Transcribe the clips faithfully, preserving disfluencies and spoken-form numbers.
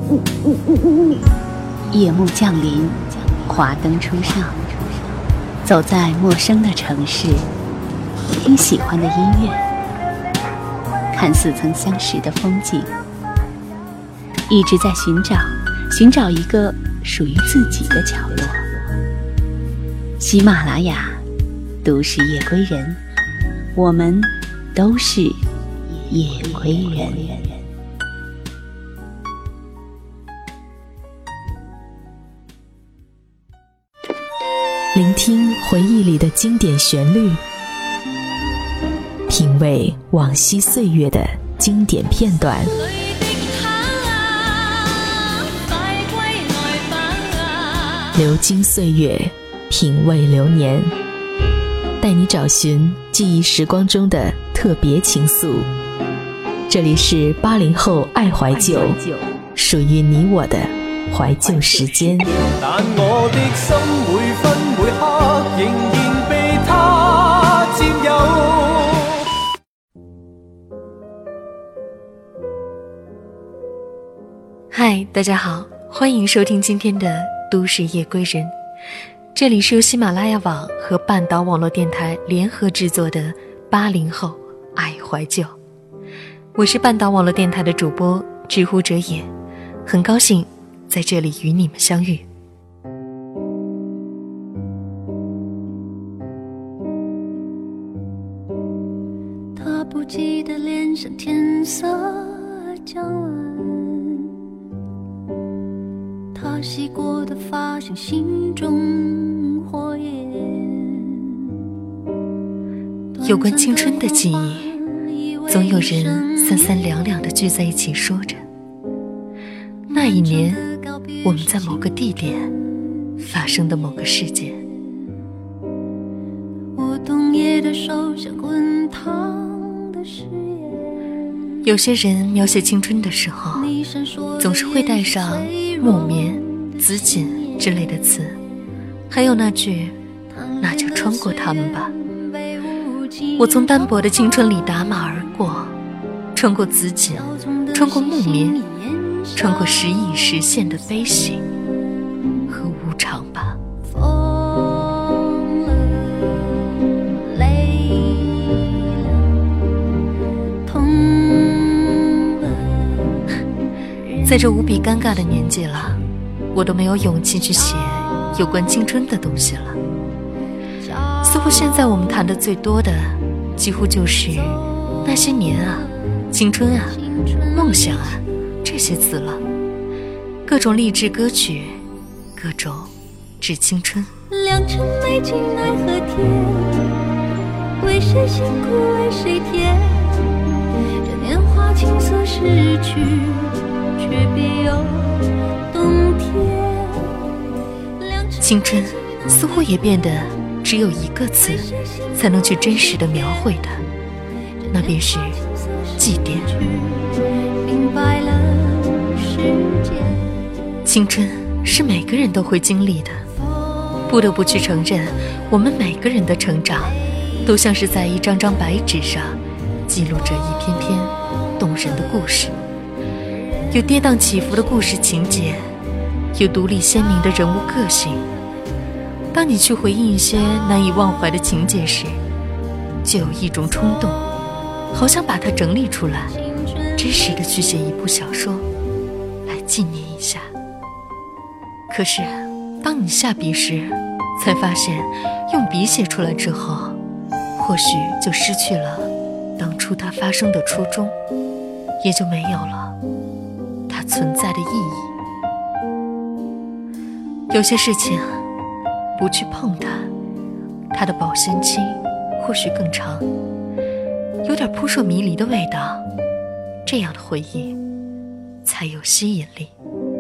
夜幕降临，华灯初上，走在陌生的城市，听喜欢的音乐，看似曾相识的风景，一直在寻找寻找一个属于自己的角落。喜马拉雅，都市夜归人，我们都是夜归人。 聆听回忆里的经典旋律，品味往昔岁月的经典片段。流金岁月，品味流年，带你找寻记忆时光中的特别情愫。这里是八零后爱怀旧，属于你我的怀旧时间。 但我的心每分每刻仍然被它佔有。 嗨，大家好，欢迎收听今天的都市夜归人，这里是由喜马拉雅网和半岛网络电台联合制作的八零后爱怀旧。我是半岛网络电台的主播知乎者也，很高兴在这里与你们相遇。 他不记得脸上天色将晚，他洗过的发像心中火焰。 有关青春的记忆，总有人三三两两地聚在一起说着，那一年我们在某个地点发生的某个事件。 我冬夜的手像滚烫的誓言。 有些人描写青春的时候，总是会带上木棉、紫锦之类的词，还有那句那就穿过它们吧。我从单薄的青春里打马而过，穿过紫锦，穿过木棉，穿过时已实现的悲喜和无常吧。 疯了，累了，痛了。 在这无比尴尬的年纪了，我都没有勇气去写有关青春的东西了。似乎现在我们谈的最多的几乎就是那些年啊，青春啊，梦想啊，这些词了。各种励志歌曲，各种致青春。 良辰美景奈何天，为谁辛苦为谁甜，这年华青涩逝去，却别有冬天。 青春似乎也变得只有一个词才能去真实的描绘的，那便是祭奠。 明白了世界， 青春是每个人都会经历的，不得不去承认，我们每个人的成长都像是在一张张白纸上记录着一篇篇动人的故事，有跌宕起伏的故事情节，有独立鲜明的人物个性。当你去回忆一些难以忘怀的情节时，就有一种冲动，好想把它整理出来，真实的去写一部小说来纪念一下。可是当你下笔时，才发现用笔写出来之后，或许就失去了当初它发生的初衷，也就没有了它存在的意义。有些事情不去碰它，它的保鲜期或许更长，有点扑朔迷离的味道，这样的回忆才有吸引力。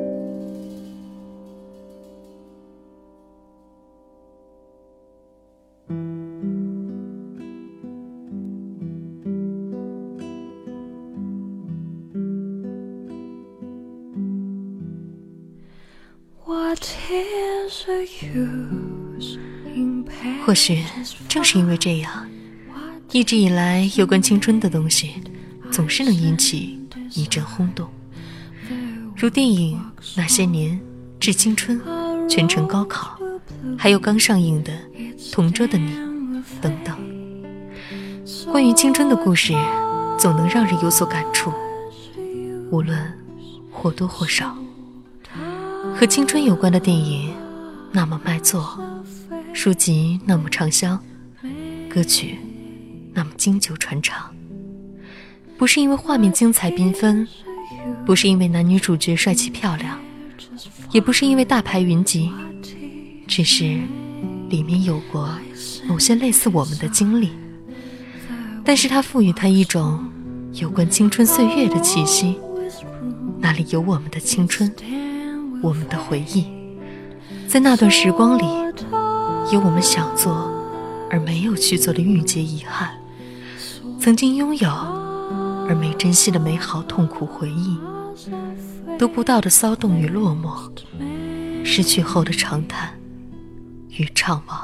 或许正是因为这样，一直以来有关青春的东西总是能引起一阵轰动。 如电影《那些年》《致青春》《全程高考》，还有刚上映的《同桌的你》等等。关于青春的故事总能让人有所感触，无论或多或少。和青春有关的电影那么卖座，书籍那么畅销，歌曲那么经久传唱。不是因为画面精彩缤纷，不是因为男女主角帅气漂亮，也不是因为大牌云集，只是里面有过某些类似我们的经历，但是它赋予它一种有关青春岁月的气息。那里有我们的青春，我们的回忆，在那段时光里有我们想做而没有去做的郁结遗憾，曾经拥有而没珍惜的美好痛苦回忆，得不到的骚动与落寞，失去后的长叹与怅惘。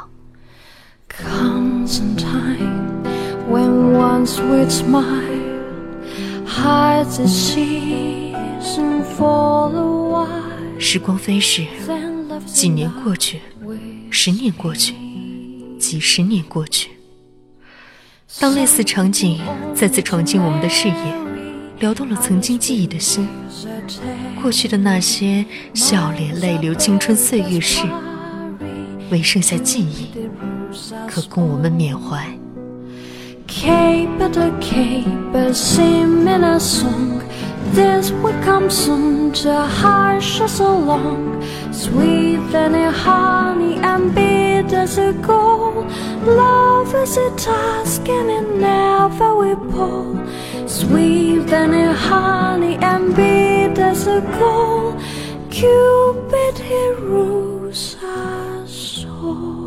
Comes a time when one sweet smile hides its season for a while. 时光飞逝，几年过去，十年过去，几十年过去，当类似场景再次闯进我们的视野，撩动了曾经记忆的心，过去的那些笑脸泪流青春岁月事，唯剩下记忆可供我们缅怀。 Caper the caper, sing in a song. This will come soon to hush us along. Sweet than a honey and bitter as a gold. Love is a task and it never will pull. Sweet than a honey and bitter as a gold. Cupid he rules us all.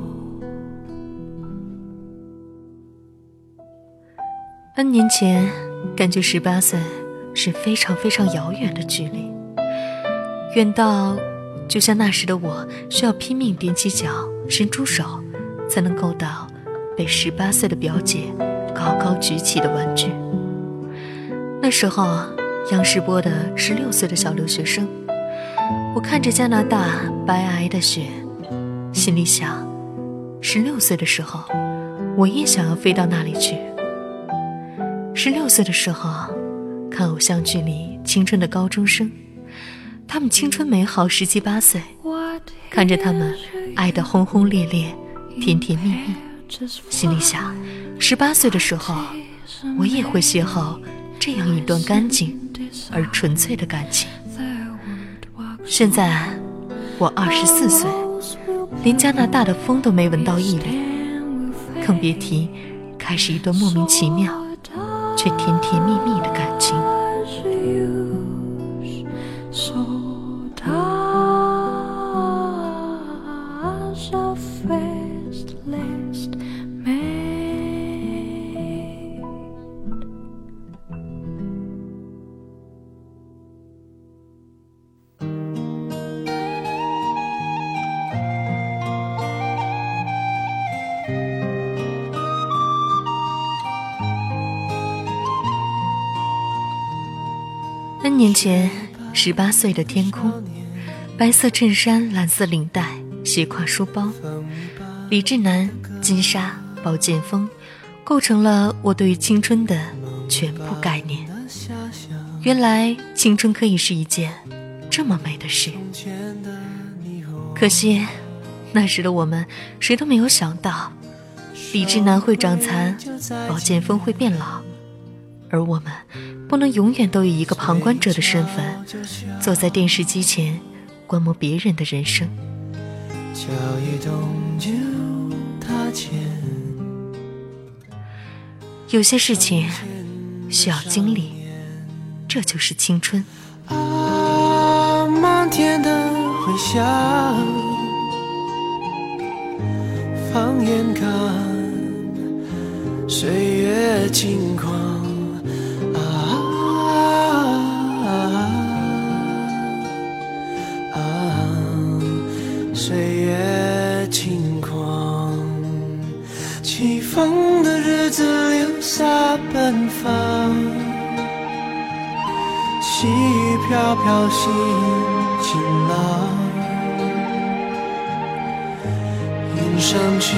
N 年前，感觉十八岁是非常非常遥远的距离，远到就像那时的我需要拼命踮起脚伸出手才能够到被十八岁的表姐高高举起的玩具。那时候央视播的十六岁的小留学生，我看着加拿大白皑的雪，心里想，十六岁的时候我也想要飞到那里去。十六岁的时候看偶像剧里青春的高中生，他们青春美好十七八岁，看着他们爱得轰轰烈烈甜甜蜜蜜，心里想，十八岁的时候我也会邂逅这样一段干净而纯粹的感情。现在我二十四岁，连加拿大的风都没闻到一缕，更别提开始一段莫名其妙却甜甜蜜蜜的感情。N 年前，十八岁的天空，白色衬衫，蓝色领带，斜挎书包，李志南、金莎、宝剑锋，构成了我对于青春的全部概念。原来青春可以是一件这么美的事。可惜，那时的我们谁都没有想到，李志南会长残，宝剑锋会变老，而我们不能永远都以一个旁观者的身份坐在电视机前观摩别人的人生。 脚一动就踏前， 有些事情需要经历，这就是青春。 啊，漫天的回响，放眼看岁月轻狂。岁月轻狂，起风的日子留下奔放，细雨飘飘心情浪，云上去，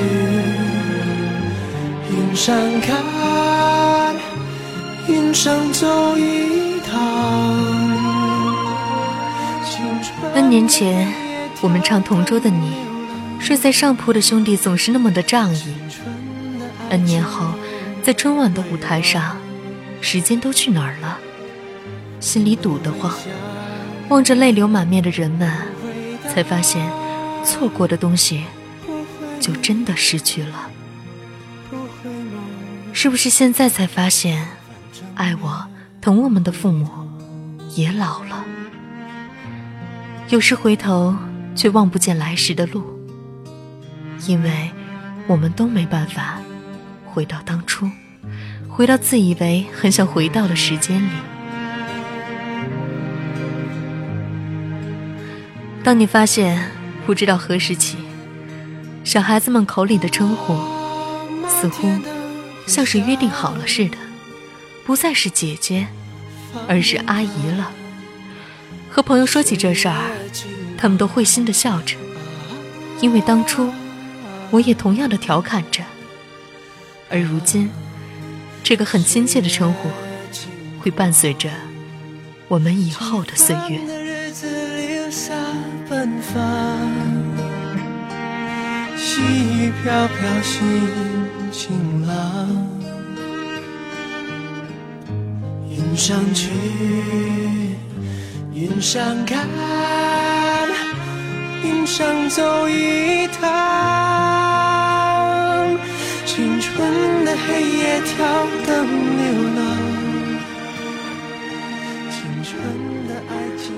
云上看，云上走一趟。 N 年前我们唱同桌的你，睡在上铺的兄弟总是那么的仗义。N 年后在春晚的舞台上，时间都去哪儿了？心里堵得慌，望着泪流满面的人们，才发现错过的东西就真的失去了。是不是现在才发现，爱我疼我们的父母也老了？有时回头却望不见来时的路，因为我们都没办法回到当初，回到自以为很想回到的时间里。当你发现不知道何时起，小孩子们口里的称呼似乎像是约定好了似的，不再是姐姐，而是阿姨了。和朋友说起这事儿，他们都会心地笑着，因为当初我也同样的调侃着，而如今这个很亲切的称呼会伴随着我们以后的岁月。 细雨飘飘心情浪，云上去，云上看，云上走一趟。青春的黑夜跳灯流浪，青春的爱情。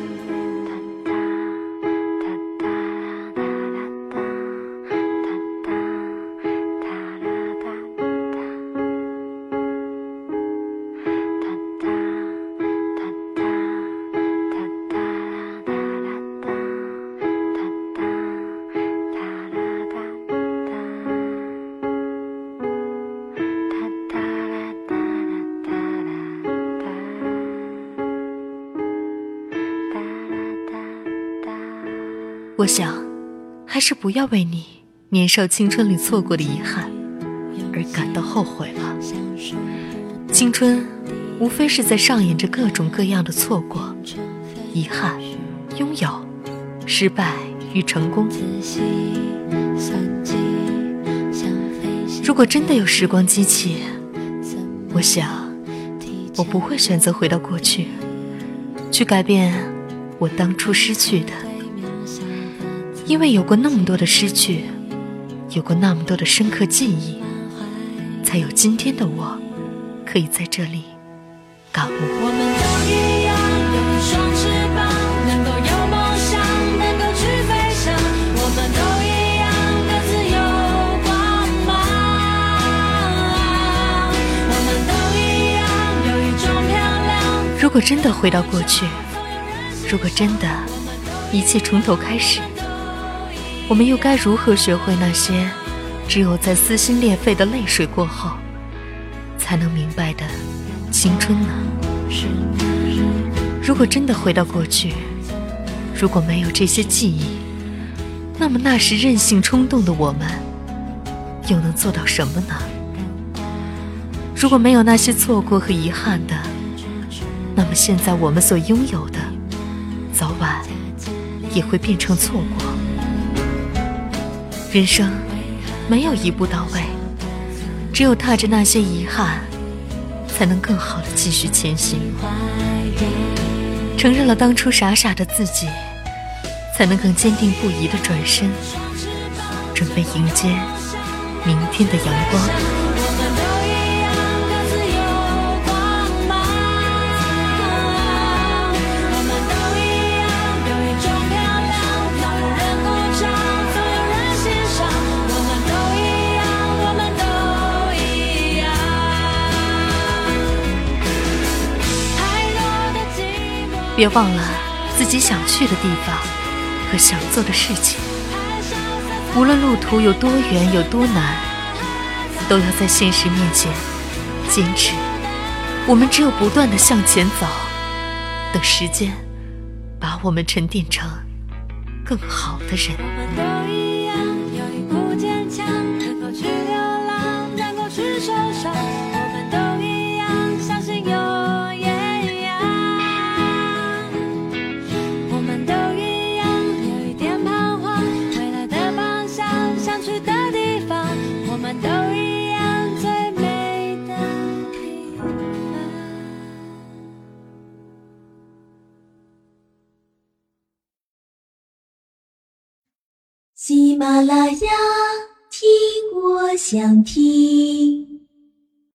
我想还是不要为你年少青春里错过的遗憾而感到后悔了。青春无非是在上演着各种各样的错过、遗憾、拥有、失败与成功。如果真的有时光机器，我想我不会选择回到过去，去改变我当初失去的。因为有过那么多的失去，有过那么多的深刻记忆，才有今天的我可以在这里感悟。 我们都一样，有一双翅膀，能够有梦想，能够去飞翔。我们都一样的自由光芒。我们都一样，有一种漂亮。 如果真的回到过去，如果真的一切从头开始，我们又该如何学会那些只有在撕心裂肺的泪水过后才能明白的青春呢？如果真的回到过去，如果没有这些记忆，那么那时任性冲动的我们又能做到什么呢？如果没有那些错过和遗憾的，那么现在我们所拥有的早晚也会变成错过。人生没有一步到位，只有踏着那些遗憾，才能更好地继续前行。承认了当初傻傻的自己，才能更坚定不移地转身，准备迎接明天的阳光。别忘了自己想去的地方和想做的事情，无论路途有多远有多难，都要在现实面前坚持。我们只有不断地向前走，等时间把我们沉淀成更好的人。 我们都一样，有一股坚强，能够去流浪，能够去受伤。我们都一样，相信有艳阳。我们都一样，有一点彷徨，未来的方向，想去的地方。我们都一样，最美的地方。 喜马拉雅，听我想听。